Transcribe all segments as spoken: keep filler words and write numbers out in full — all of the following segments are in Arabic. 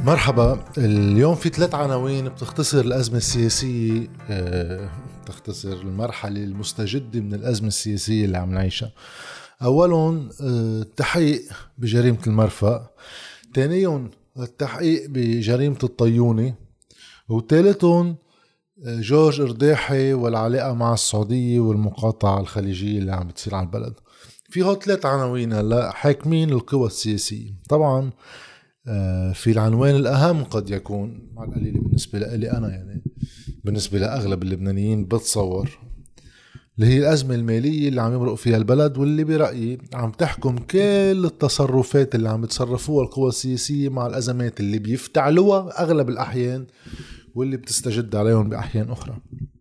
مرحبا. اليوم في ثلاث عناوين بتختصر الأزمة السياسية، بتختصر المرحلة المستجدة من الأزمة السياسية اللي عم نعيشها. أولهم التحقيق بجريمة المرفأ، ثانيهم التحقيق بجريمة الطيونة، وثالثهم جورج إرداحي والعلاقة مع السعودية والمقاطعة الخليجية اللي عم بتصير على البلد. في هو ثلاث عناوين هلا حاكمين القوى السياسية. طبعا في العنوان الأهم قد يكون مع القليل بالنسبة لي أنا، يعني بالنسبة لأغلب اللبنانيين بتصور، اللي هي الأزمة المالية اللي عم يمرق فيها البلد، واللي برأيي عم تحكم كل التصرفات اللي عم يتصرفوها القوى السياسية مع الأزمات اللي بيفتعلوها أغلب الأحيان واللي بتستجد عليهم بأحيان أخرى.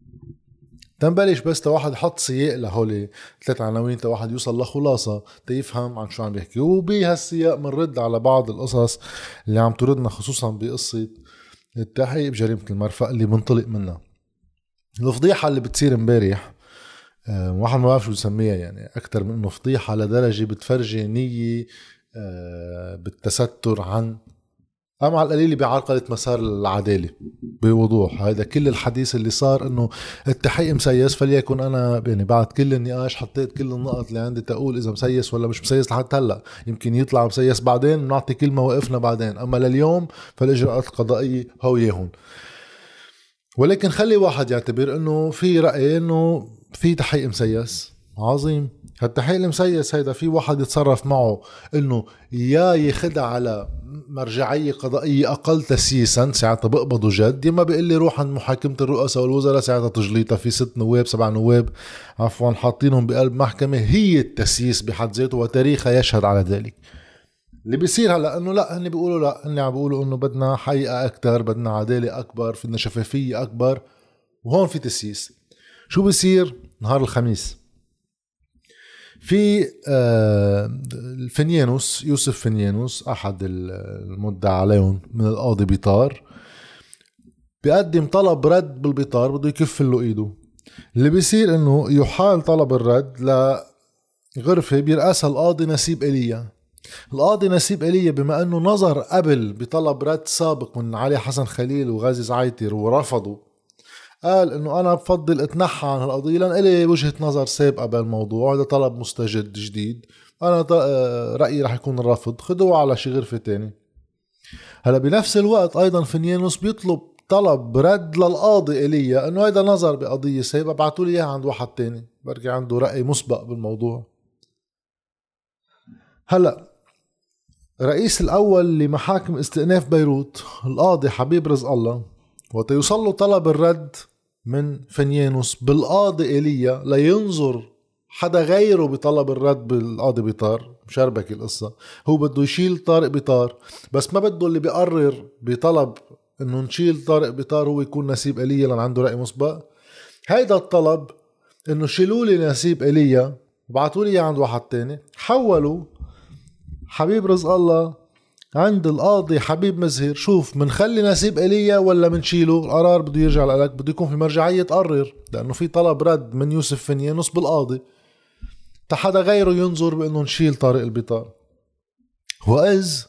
تنبلش بس تواحد حط سياق لهولي ثلاث عناوين، تواحد يوصل لخلاصة تيفهم عن شو عم بيحكي، وبهالسياق منرد على بعض القصص اللي عم تردنا، خصوصا بقصة التحقيق بجريمة المرفأ اللي بنطلق منها. الفضيحة اللي بتصير امبارح أه واحد ما بعرف شو يسميها، يعني أكتر من إنه فضيحة لدرجة بتفرجي نية أه بالتستر عن أما على القليل بعرقلة مسار العدالة بوضوح. هذا كل الحديث اللي صار إنه التحقيق مسيس، فليكن أنا يعني بعد كل النقاش حطيت كل النقط اللي عندي تقول إذا مسيس ولا مش مسيس لحد هلأ، يمكن يطلع مسيس بعدين نعطي كل مواقفنا بعدين، أما لليوم فالإجراءات القضائية هو يهون. ولكن خلي واحد يعتبر إنه في رأي إنه في تحقيق مسيس عظيم. هالتحقيق المسيس هيدا في واحد يتصرف معه انه يا يخدع على مرجعية قضائية اقل تسييسا ساعتها بقبضوا جد، يما بيقول لي روح عند محاكمة الرؤساء والوزراء ساعتها تجليطها في ست نواب سبع نواب عفوا حاطينهم بقلب محكمة، هي التسييس بحد ذاته وتاريخها يشهد على ذلك. اللي بيصير هلا انه لا، هن بيقولوا لا، هن عم بيقولوا انه بدنا حقيقة اكتر، بدنا عدالة اكبر، بدنا شفافية اكبر، وهون في تسييس. شو بيصير نهار الخميس؟ في الفنيانوس يوسف فنيانوس أحد المدعى عليهم من القاضي بيطار بيقدم طلب رد بالبيطار، بده يكفل له إيده. اللي بيصير إنه يحال طلب الرد لغرفة بيرأسها القاضي نسيب إيليا. القاضي نسيب إيليا بما أنه نظر قبل بطلب رد سابق من علي حسن خليل وغازي زعيتر ورفضوا، قال انه انا بفضل اتنحى عن القضية لان الي وجهة نظر سابقة بالموضوع، هذا طلب مستجد جديد، انا رأيي رح يكون الرفض، خدوه على شي غرفة تاني. هلا بنفس الوقت ايضا فنيانوس بيطلب طلب رد للقاضي ايليا انه هيدا نظر بقضية سابقة، بعتوا لي اياها عند واحد تاني بركي عنده رأي مسبق بالموضوع. هلا رئيس الاول لمحاكم استئناف بيروت القاضي حبيب رزق الله، وتيوصل له طلب الرد من فنيانوس بالقاضي إيليا لينظر حدا غيره بطلب الرد بالقاضي بيطار. مشاربك القصة، هو بده يشيل طارق بيطار بس ما بده اللي بيقرر بطلب انه نشيل طارق بيطار هو يكون نسيب إيليا لان عنده رأي مسبق. هيدا الطلب انه شيلوا لي نسيب إيليا وبعتوا لي عند واحد تاني، حولوا حبيب رزق الله عند القاضي حبيب مزهر. شوف منخلي نسيب إيليا ولا منشيله؟ القرار بده يرجع لك، بده يكون في مرجعية تقرر، لأنه في طلب رد من يوسف فنيانوس بالقاضي تحدا غيره ينظر بأنه نشيل طارق البيطار. وإذ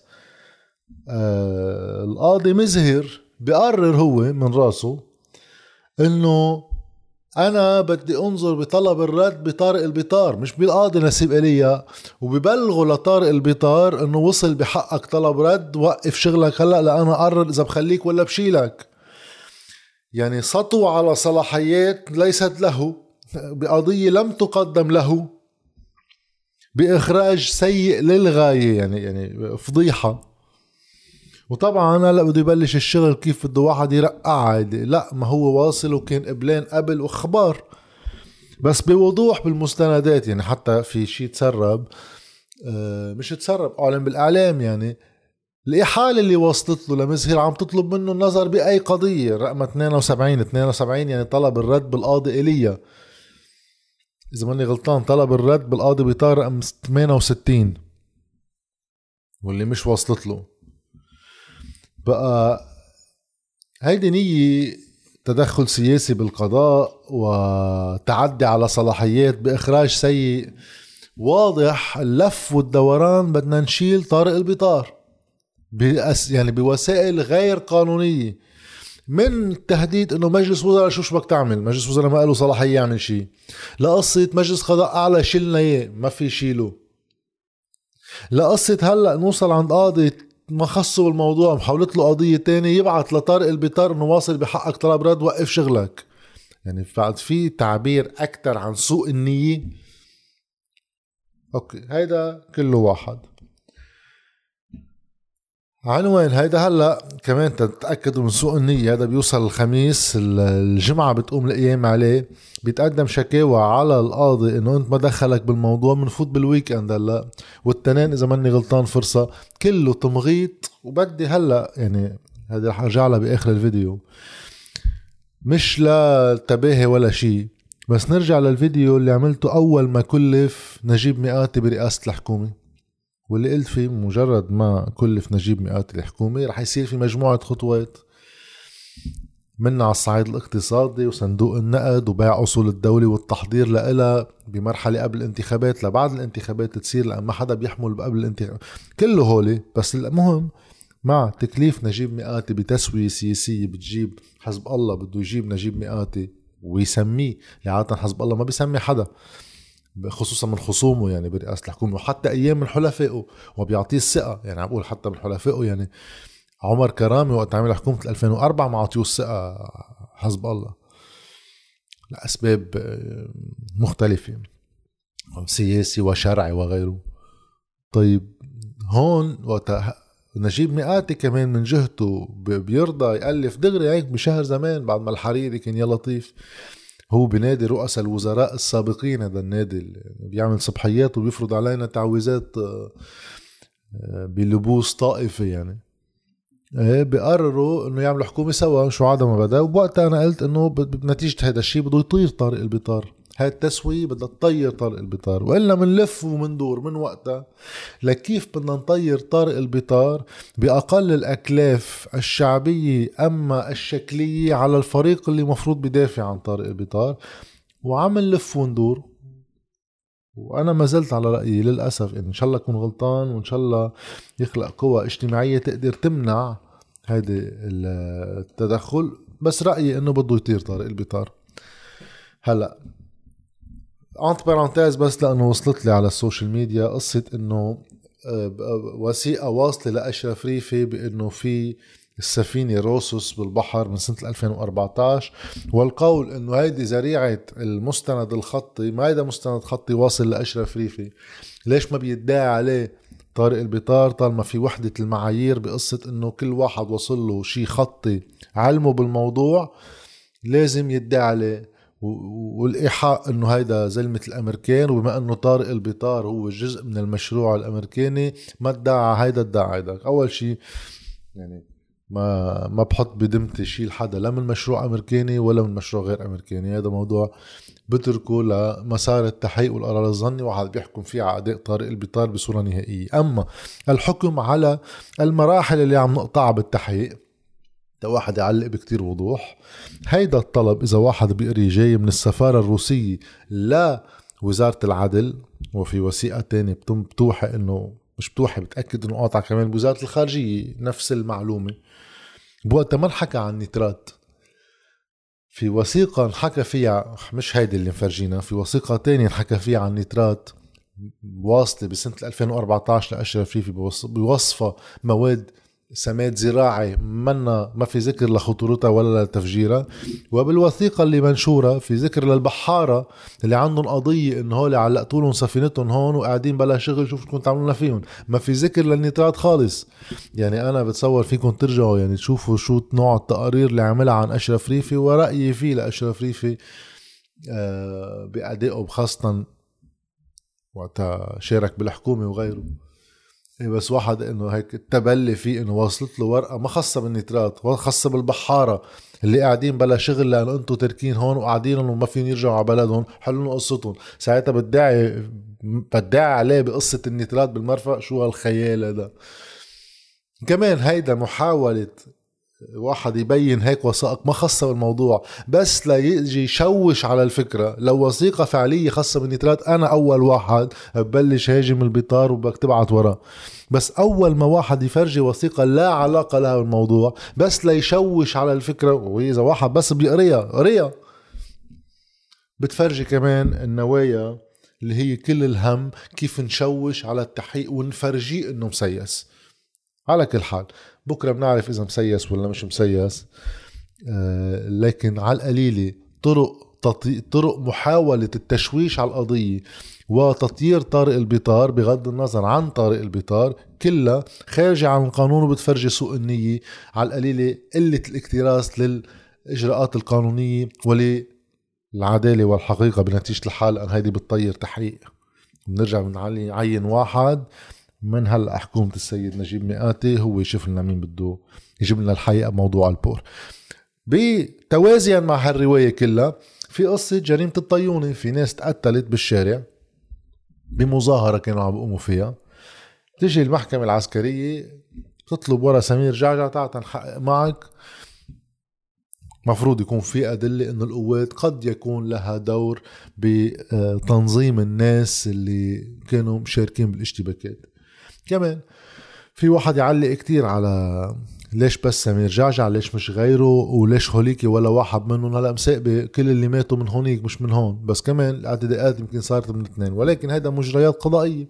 آه القاضي مزهر بيقرر هو من راسه أنه أنا بدي أنظر بطلب الرد بطارق البيطار مش بالقاضي نسيب إيليا، وببلغوا لطارق البيطار أنه وصل بحقك طلب رد، وقف شغلك هلأ لأنا أقرر إذا بخليك ولا بشيلك. يعني سطوا على صلاحيات ليست له بقضية لم تقدم له بإخراج سيء للغاية، يعني يعني فضيحة. وطبعا هلا بده يبلش الشغل كيف بده واحد يرقع عادي، لا ما هو واصل وكان قبلين قبل واخبار بس بوضوح بالمستندات. يعني حتى في شيء تسرب آه مش تسرب اعلن بالاعلام، يعني الاحاله اللي وصلت له لمزهر عم تطلب منه النظر باي قضيه رقم اثنين وسبعين اثنين وسبعين، يعني طلب الرد بالقاضي إيليا. اذا ماني غلطان طلب الرد بالقاضي بيطار رقم ثمانية وستين واللي مش وصلت له. بقى هيدي نية تدخل سياسي بالقضاء وتعدي على صلاحيات بإخراج سيء واضح. اللف والدوران بدنا نشيل طارق البيطار. بأس يعني بوسائل غير قانونية، من تهديد انه مجلس وزراء شو شو بدك تعمل، مجلس وزراء ما له صلاحية يعمل شيء، لقصة مجلس قضاء اعلى شيلنا اياه ما في شيله، لقصة هلا نوصل عند قاضي ما خصه بالموضوع محاولت له قضية تانية يبعث لطارق البطار انه واصل بحقك طلب رد وقف شغلك. يعني بعد في تعبير اكتر عن سوء النية. اوكي هيدا كله واحد. عنوان هيدا هلا كمان تتأكدوا من سوء النية، هذا بيوصل الخميس، الجمعة بتقوم الأيام عليه، بيتقدم شكاوى على القاضي انه انت ما دخلك بالموضوع، بنفوت بالويكند هلا والتنين اذا ماني غلطان فرصة، كله تمغيط. وبدي هلا يعني هذه رح ارجع لها باخر الفيديو، مش لا تباهي ولا شيء، بس نرجع للفيديو اللي عملته اول ما كلف نجيب مئاتي برئاسة الحكومة، واللي قلت فيه مجرد ما كلف نجيب مئات الحكومة رح يصير في مجموعة خطوات، منها على الصعيد الاقتصادي وصندوق النقد وبيع أصول الدولة والتحضير لإلها بمرحلة قبل الانتخابات لبعد الانتخابات تصير، لأن ما حدا بيحمل قبل الانتخابات كله هولي. بس المهم مع تكليف نجيب مئاتي بتسوية سياسية بتجيب حزب الله بده يجيب نجيب مئاتي ويسميه، لعادة حزب الله ما بيسمي حدا خصوصا من خصومه يعني برئاسة الحكومة، وحتى أيام من حلفائه وبيعطيه الثقة. يعني عم بقول حتى من حلفائه، يعني عمر كرامي وقت عمل حكومة ألفين وأربعة ما عطيوه الثقة حزب الله لأسباب مختلفة سياسي وشرعي وغيره. طيب هون وقت نجيب مئاتي كمان من جهته بيرضى يألف دغري هيك بشهر زمان بعد ما الحريري كان يا لطيف، هو بنادي رؤساء الوزراء السابقين، هذا النادي اللي بيعمل صبحيات وبيفرض علينا تعويذات بلبوس طائفي، يعني بيقرروا انه يعملوا حكومة سوا شو عادة ما بدا. وبوقتها انا قلت انه بنتيجة هذا الشيء بده يطير طارق البطار، هاي التسوية بدها تطير طارق البطار، وإلا منلف ومندور من وقتها لكيف بدنا نطير طارق البطار بأقل الأكلاف الشعبية أما الشكلية على الفريق اللي مفروض بدافع عن طارق البطار، وعم نلف وندور. وأنا ما زلت على رأيي للأسف إن شاء الله أكون غلطان، وإن شاء الله يخلق قوى اجتماعية تقدر تمنع هذا التدخل، بس رأيي إنه بده يطير طارق البطار. هلأ انت بارانتاز بس لانه وصلت لي على السوشيال ميديا قصة انه وثيقة واصلة لأشرف ريفي بانه في السفينة روسوس بالبحر من سنة ألفين وأربعتاشر، والقول انه هيدي ذريعة المستند الخطي، ما هيدا مستند خطي واصل لأشرف ريفي، ليش ما بيدعي عليه طارق البطار طالما في وحدة المعايير بقصة انه كل واحد وصل له شي خطي علمه بالموضوع لازم يدعي عليه، والإيحاء انه هيدا زلمة الامريكان، وبما انه طارق البطار هو جزء من المشروع الامريكاني ما ادعى هيدا ادعى هيدا. اول شيء يعني ما ما بحط بدمتي شيء لحدا لا من مشروع امريكاني ولا من مشروع غير امريكاني، هذا موضوع بتركه لمسار التحقيق والقرار الظني، وحد بيحكم فيه على اداء طارق البطار بصورة نهائية. اما الحكم على المراحل اللي عم نقطعها بالتحقيق ده واحد يعلق بكتير وضوح. هيدا الطلب إذا واحد بيقري جاي من السفارة الروسية لا وزارة العدل، وفي وثيقة تانية بتوحي إنه مش بتوحي بتأكد إنه قاطع كمان بوزارة الخارجية نفس المعلومة. بوقتها ما نحكى عن نيترات، في وثيقة نحكى فيها مش هيدي اللي مفرجينا، في وثيقة تانية نحكى فيها عن نيترات واصلة بسنة ألفين وأربعتاشر لأشرف ريفي بوصفة مواد سماد زراعي منا ما في ذكر لخطورتها ولا لتفجيرها. وبالوثيقة اللي منشورة في ذكر للبحارة اللي عندهم قضية انه هولي علقتوا لهم سفينتهم هون وقاعدين بلا شغل شوف شو تعملوا فيهم، ما في ذكر للنيترات خالص. يعني انا بتصور فيكم ترجعوا يعني تشوفوا شو نوع التقارير اللي عملها عن اشرف ريفي ورأيي فيه لاشرف ريفي آه بأدائه، خاصة وقتها شارك بالحكومة وغيره. بس واحد انه هيك التبلي فيه انه وصلت له ورقة ما خاصة بالنيترات، خاصة بالبحارة اللي قاعدين بلا شغل لانه انتو تركين هون وقاعدين وما فين يرجعوا على بلدهم، حلوا قصتهم. ساعتها بدعي بدعي عليه بقصة النيترات بالمرفق. شو هالخيال هذا؟ كمان هيدا محاولة واحد يبين هيك وثائق ما خاصة بالموضوع بس لا يجي يشوش على الفكرة. لو وثيقة فعلية خاصة بالنيترات أنا أول واحد ببلش هاجم البطار وبك تبعت وراه. بس أول ما واحد يفرجي وثيقة لا علاقة لها بالموضوع بس لا يشوش على الفكرة، وإذا واحد بس بيقريها قريها بتفرجي كمان النوايا اللي هي كل الهم كيف نشوش على التحقيق ونفرجيه إنه مسيس. على كل حال بكرة بنعرف إذا مسيس ولا مش مسيس. آه لكن على القليلة طرق تطي... طرق محاولة التشويش على القضية وتطيير طارق البطار بغض النظر عن طارق البطار كلها خارجة عن القانون وبتفرجي سوء النية، على القليلة قلة الاكتراث للإجراءات القانونية وللعدالة والحقيقة بنتيجة الحال. أن هيدي بتطير تحقيق. بنرجع بنعين واحد من هلا حكومة السيد نجيب مئاتي هو يشوف لنا مين بده يجيب لنا الحقيقة بموضوع البور. بتوازيا مع هالرواية كلها في قصة جريمة الطيونة، في ناس تقتلت بالشارع بمظاهرة كانوا عم بيقوموا فيها. تجي المحكمة العسكرية تطلب ورا سمير جعجع تعال نحقق معك. مفروض يكون في أدلة إنه القوات قد يكون لها دور بتنظيم الناس اللي كانوا مشاركين بالاشتباكات. كمان في واحد يعلق كتير على ليش بس سمير جعجع، ليش مش غيره، وليش هوليكي ولا واحد منهم. هلا مساقبة كل اللي ماتوا من هونيك مش من هون، بس كمان الاعتداءات يمكن صارت من اثنين، ولكن هذا مجريات قضائية.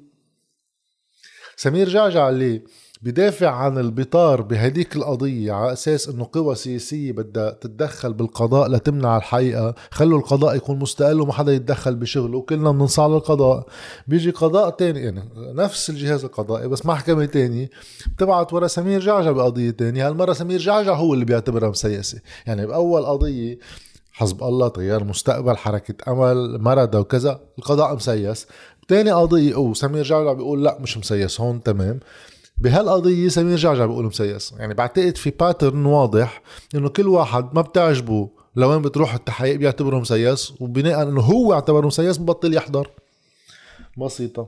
سمير جعجع اللي بدافع عن البطار بهديك القضية على أساس أنه قوى سياسية بدها تتدخل بالقضاء لتمنع الحقيقة، خلوا القضاء يكون مستقل وما حدا يتدخل بشغله وكلنا بننصاع للقضاء. بيجي قضاء تاني يعني نفس الجهاز القضائي بس محكمة تاني بتبعت ورا سمير جعجع بقضية تانية. هالمرة سمير جعجع هو اللي بيعتبرها مسيسة. يعني بأول قضية حزب الله، تيار مستقبل، حركة أمل، مرضى وكذا، القضاء مسيس. تاني قضية أو سمير جعجع بيقول لا مش مسيس هون تمام. بهالقضية سمير جعجع بيقول مسيس. يعني بعتقد في باترن واضح انه كل واحد ما بتعجبه لوين بتروح التحقيق بيعتبره مسيس، وبناء انه هو اعتبره مسيس ببطل يحضر. بسيطة.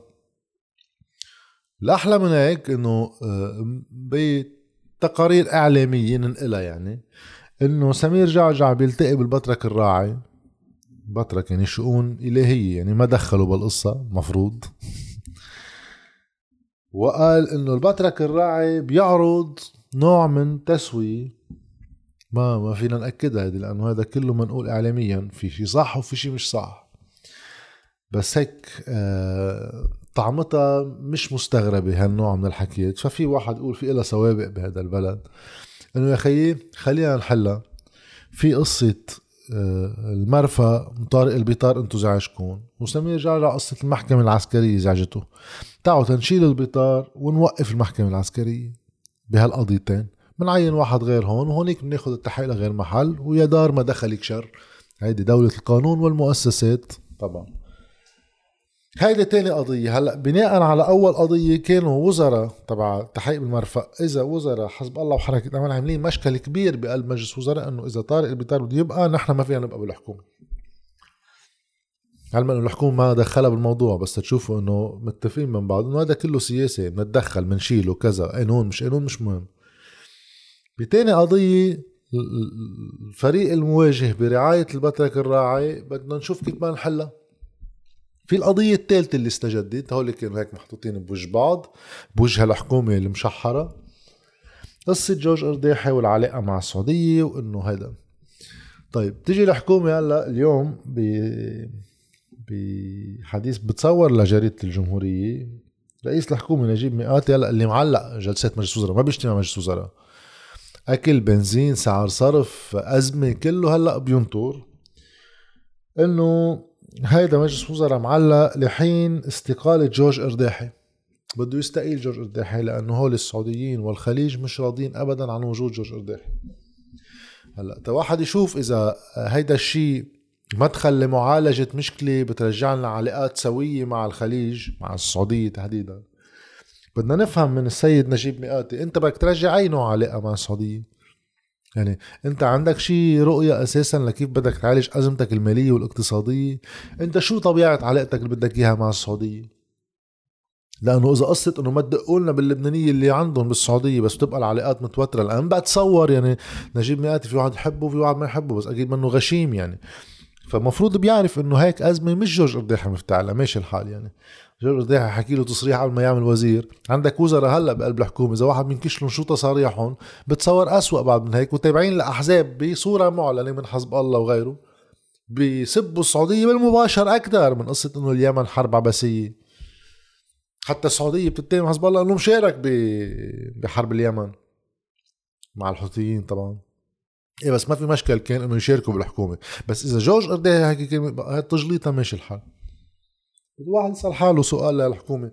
الأحلى من هيك انه بتقارير اعلامية ننقلها يعني انه سمير جعجع بيلتقي بالبطرك الراعي. بطرك يعني شؤون إلهية يعني ما دخلوا بالقصة مفروض. وقال انه البطرك الراعي بيعرض نوع من تسوية ما ما فينا نأكدها هذه، لانه هذا كله منقول اعلاميا، في شيء صح وفي شيء مش صح. بس هيك آه طعمتها مش مستغربة هالنوع من الحكيات. ففي واحد يقول في إلها سوابق بهذا البلد انه يا خيي خلينا نحلها. في قصة آه المرفأ طارق البطار انتو زعجكم، وسمير جعجع قصة المحكمة العسكرية زعجته. تعالوا تنشيل البطار ونوقف المحكمة العسكرية بهالقضيتين، منعين واحد غير هون وهونيك بناخد التحقيق لغير محل، ويا دار ما دخلك شر. هيدي دولة القانون والمؤسسات طبعا. هيدي تاني قضية. هلأ بناء على أول قضية كانوا وزراء تبع تحقيق بالمرفأ، إذا وزراء حزب الله وحركة أمل عاملين مشكل كبير بقلب مجلس وزراء إنه إذا طارق البطار بده يبقى نحن ما فينا نبقى بالحكومة. علما انه الحكومة ما دخلها بالموضوع، بس تشوفوا انه متفقين من بعض انه هذا كله سياسي، بنتدخل بنشيله كذا، قانون مش قانون مش مهم. بتاني قضية الفريق المواجه برعاية البطرك الراعي بدنا نشوف كيف ما نحلها. في القضية الثالثة اللي استجدت، هول كانوا هيك محطوطين بوجه بعض بوجه الحكومة المشحرة، قصة جورج أرداحي والعلاقة مع السعودية وانه هذا. طيب تيجي الحكومة هلا اليوم ب بحديث بتصور لجريدة الجمهورية، رئيس الحكومة نجيب مئاتي هلا اللي معلق جلسات مجلس وزراء، ما بيجتمع مجلس وزراء، اكل، بنزين، سعر صرف، ازمة، كله هلا بينطر انه هيدا مجلس وزراء معلق لحين استقالة جورج أرداحي. بده يستقيل جورج أرداحي لانه هول السعوديين والخليج مش راضين ابدا عن وجود جورج أرداحي. هلا تا واحد يشوف اذا هيدا الشيء مدخل لمعالجة مشكلة بترجعنا علاقات سوية مع الخليج، مع السعودية تحديدا. بدنا نفهم من السيد نجيب مئاتي انت بدك ترجع اي نوع علاقة مع السعودية؟ يعني انت عندك شي رؤية اساسا لكيف بدك تعالج ازمتك المالية والاقتصادية؟ انت شو طبيعة علاقتك اللي بدك اياها مع السعودية؟ لانه اذا قصه انه ما تدقوا لنا باللبنانيه اللي عندهم بالسعوديه بس بتبقى العلاقات متوتره الان، بتصور يعني نجيب مئاتي في واحد يحبه وفي واحد ما يحبه، بس اكيد منه غشيم يعني. فمفروض بيعرف انه هيك ازمه مش جورج قرداحي مفتعلها، ماشي الحال يعني. جورج قرداحي حكي له تصريح قبل ما يعمل وزير. عندك وزراء هلا بقلب الحكومه اذا واحد بينكش لهم شو تصاريحهم بتصور اسوأ بعد من هيك، وتابعين لاحزاب بصوره معلنه من حزب الله وغيره بيسبوا السعوديه بالمباشر اكثر من قصه انه اليمن حرب عباسيه. حتى السعوديه بتتهم حزب الله انه مشارك بحرب اليمن مع الحوثيين طبعا. ايه بس ما في مشكل كان انه يشاركوا بالحكومه، بس اذا جورج قرداحي هيك كلمه هاي تجليطها ماشي الحال. الواحد يسأل حاله سؤال للحكومة،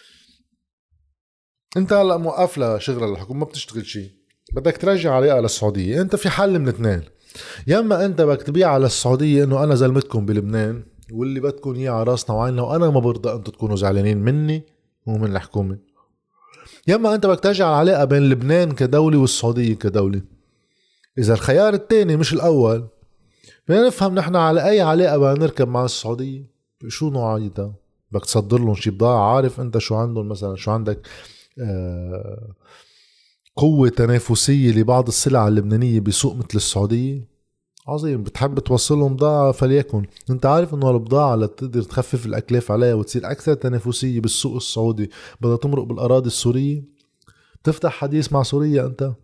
انت هلا موقف لها شغل الحكومة ما بتشتغل شيء، بدك ترجع علاقة للسعودية، انت في حل من اثنين. يا اما انت بدك تبيع على السعودية انه انا زلمتكم بلبنان واللي بدكم اياه على راسنا وعيننا وانا ما برضى انتم تكونوا زعلانين مني ومن الحكومة، يا اما انت بدك ترجع العلاقة بين لبنان كدولة والسعودية كدولة. اذا الخيار الثاني مش الاول، بدنا نفهم نحن على اي علاقة بدنا نركب مع السعودية، شو نوعيتها، بدك تصدر لهم شي بضاعة، عارف انت شو عندهم مثلا، شو عندك آه قوة تنافسية لبعض السلع اللبنانية بسوق مثل السعودية، عظيم. بتحب توصلهم بضاعة فليكن، انت عارف انه البضاعة لتقدر تخفف الاكلاف عليها وتصير اكثر تنافسية بالسوق السعودي بدها تمرق بالاراضي السورية، تفتح حديث مع سوريا انت.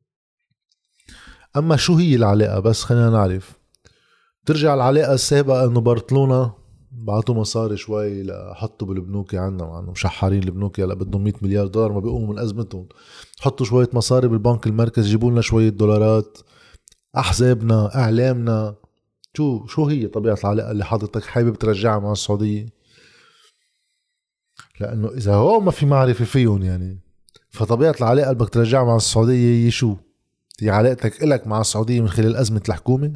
اما شو هي العلاقة بس خلينا نعرف، ترجع العلاقة السابقة انه برطلونة بعطوا مصاري شوي لحطوا بالبنوك عنا، مع انه مشحرين البنوك هلا بدهم مية مليار دولار ما بيقوموا من ازمتهم، حطوا شوية مصاري بالبنك المركزي جيبوا لنا شوية دولارات. احزابنا اعلامنا شو شو هي طبيعة العلاقة اللي حضرتك حابب ترجعها مع السعودية؟ لانه اذا هو ما في معرفة فيهم يعني، فطبيعة العلاقة اللي بدك ترجعها مع السعودية هي شو؟ هي علاقتك إلك مع السعودية من خلال أزمة الحكومة.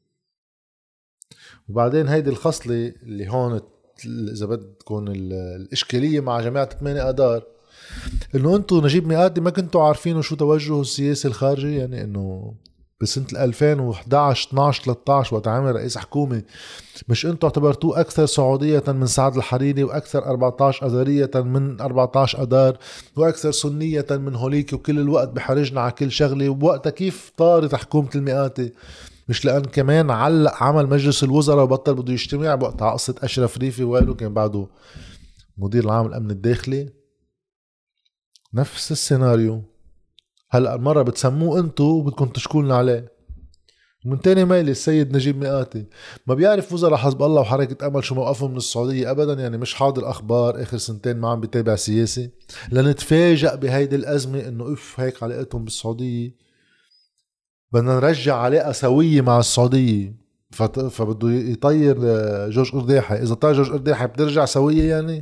وبعدين هيدي الخصلة اللي هون إذا بدكم الإشكالية مع جماعة ثمانية آذار، إنه أنتوا نجيب مئاتي ما كنتوا عارفينه شو توجهه السياسي الخارجي، يعني إنه بسنة ألفين وإحدى عشر اثني عشر ثلاثة عشر وقت عمل رئيس حكومة، مش أنتوا اعتبرتوه أكثر سعودية من سعد الحريري وأكثر أربعة عشر أذارية من أربعة عشر أذار وأكثر سنية من هوليك، وكل الوقت بحرجنا على كل شغلة، وبوقتها كيف طارت حكومة المئاتي؟ مش لأن كمان علق عمل مجلس الوزراء وبطل بده يجتمع بوقتها قصة أشرف ريفي وغيره كان بعده مدير العام الأمن الداخلي. نفس السيناريو هلأ المرة بتسموه انتو وبدكم تشكولنا عليه. من تاني ميلي السيد نجيب مئاتي ما بيعرف وزراء حزب الله وحركة أمل شو موقفهم من السعودية أبدا، يعني مش حاضر أخبار آخر سنتين ما عم بيتابع سياسي لنتفاجأ بهيدي الأزمة إنه إف هيك علاقتهم بالسعودية، بدنا نرجع علاقة سوية مع السعودية. فبده يطير جورج قرداحي، إذا طير جورج قرداحي بترجع سوية يعني.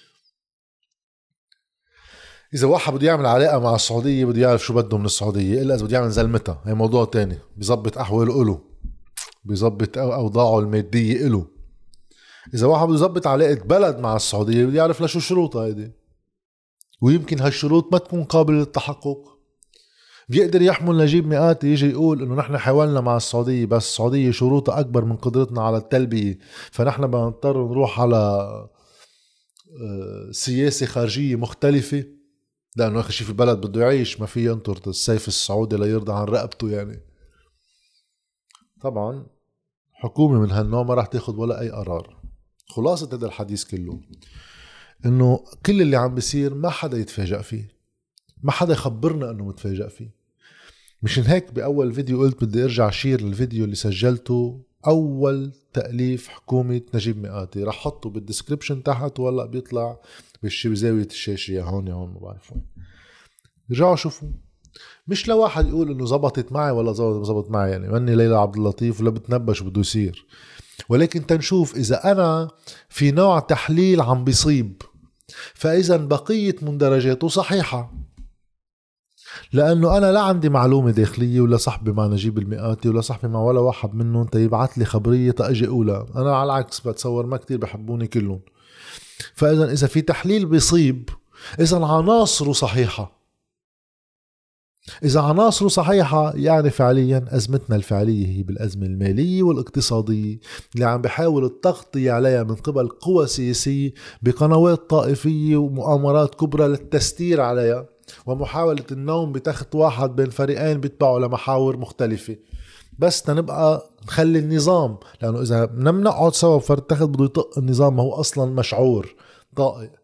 إذا واحد بده يعمل علاقة مع السعودية بده يعرف شو بده من السعودية، إلا إذا بده يعمل زلمتها هي موضوع تاني، بيزبط أحواله إله، بيزبط أوضاعه المادية إله. إذا واحد بده يزبط علاقة بلد مع السعودية بده يعرف لشو شروطها هيدي، ويمكن هالشروط ما تكون قابلة للتحقق. بيقدر يحمل نجيب مئاتي يجي يقول انه نحن حاولنا مع السعودية بس السعودية شروطها اكبر من قدرتنا على التلبية، فنحن بدنا نضطر نروح على سياسة خارجية مختلفة، لانه اخر شيء في البلد بده يعيش، ما في ينطر السيف السعودي ليرضى عن رقبته يعني. طبعا حكومة من هالنوع ما راح تاخد ولا اي قرار. خلاصة هذا الحديث كله انه كل اللي عم بيصير ما حدا يتفاجأ فيه، ما حدا يخبرنا انه متفاجأ فيه. مشان هيك بأول فيديو قلت بدي ارجع شير للفيديو اللي سجلته أول تأليف حكومة نجيب مئاتي، رح حطه بالديسكريبشن تحت ولا بيطلع بالشي بزاوية الشاشة يا هون يا هون ما بعرف وين. رجعوا شوفوا، مش لواحد يقول انه زبطت معي ولا زبط معي، يعني ماني ليلى عبد اللطيف ولا بتنبأ شو بده يصير، ولكن تنشوف إذا أنا في نوع تحليل عم بيصيب فإذا بقية مندرجاته صحيحة، لأنه أنا لا عندي معلومة داخلية ولا صحبي مع نجيب المئاتي ولا صحبي مع ولا واحد منهم تيبعت لي خبرية تأجي أولى. أنا على العكس بتصور ما كتير بحبوني كلهم. فإذا إذا في تحليل بيصيب إذا عناصره صحيحة، إذا عناصره صحيحة يعني فعليا أزمتنا الفعلية هي بالأزمة المالية والاقتصادية اللي عم بحاول التغطية عليها من قبل قوى سياسية بقنوات طائفية ومؤامرات كبرى للتستير عليها، ومحاولة النوم بتخت واحد بين فريقين بيتبعوا لمحاور مختلفة بس تنبقى نخلي النظام، لأنه إذا بدنا نقعد سوا بفرد تخت بده يطق النظام، ما هو أصلا مشعور طائق.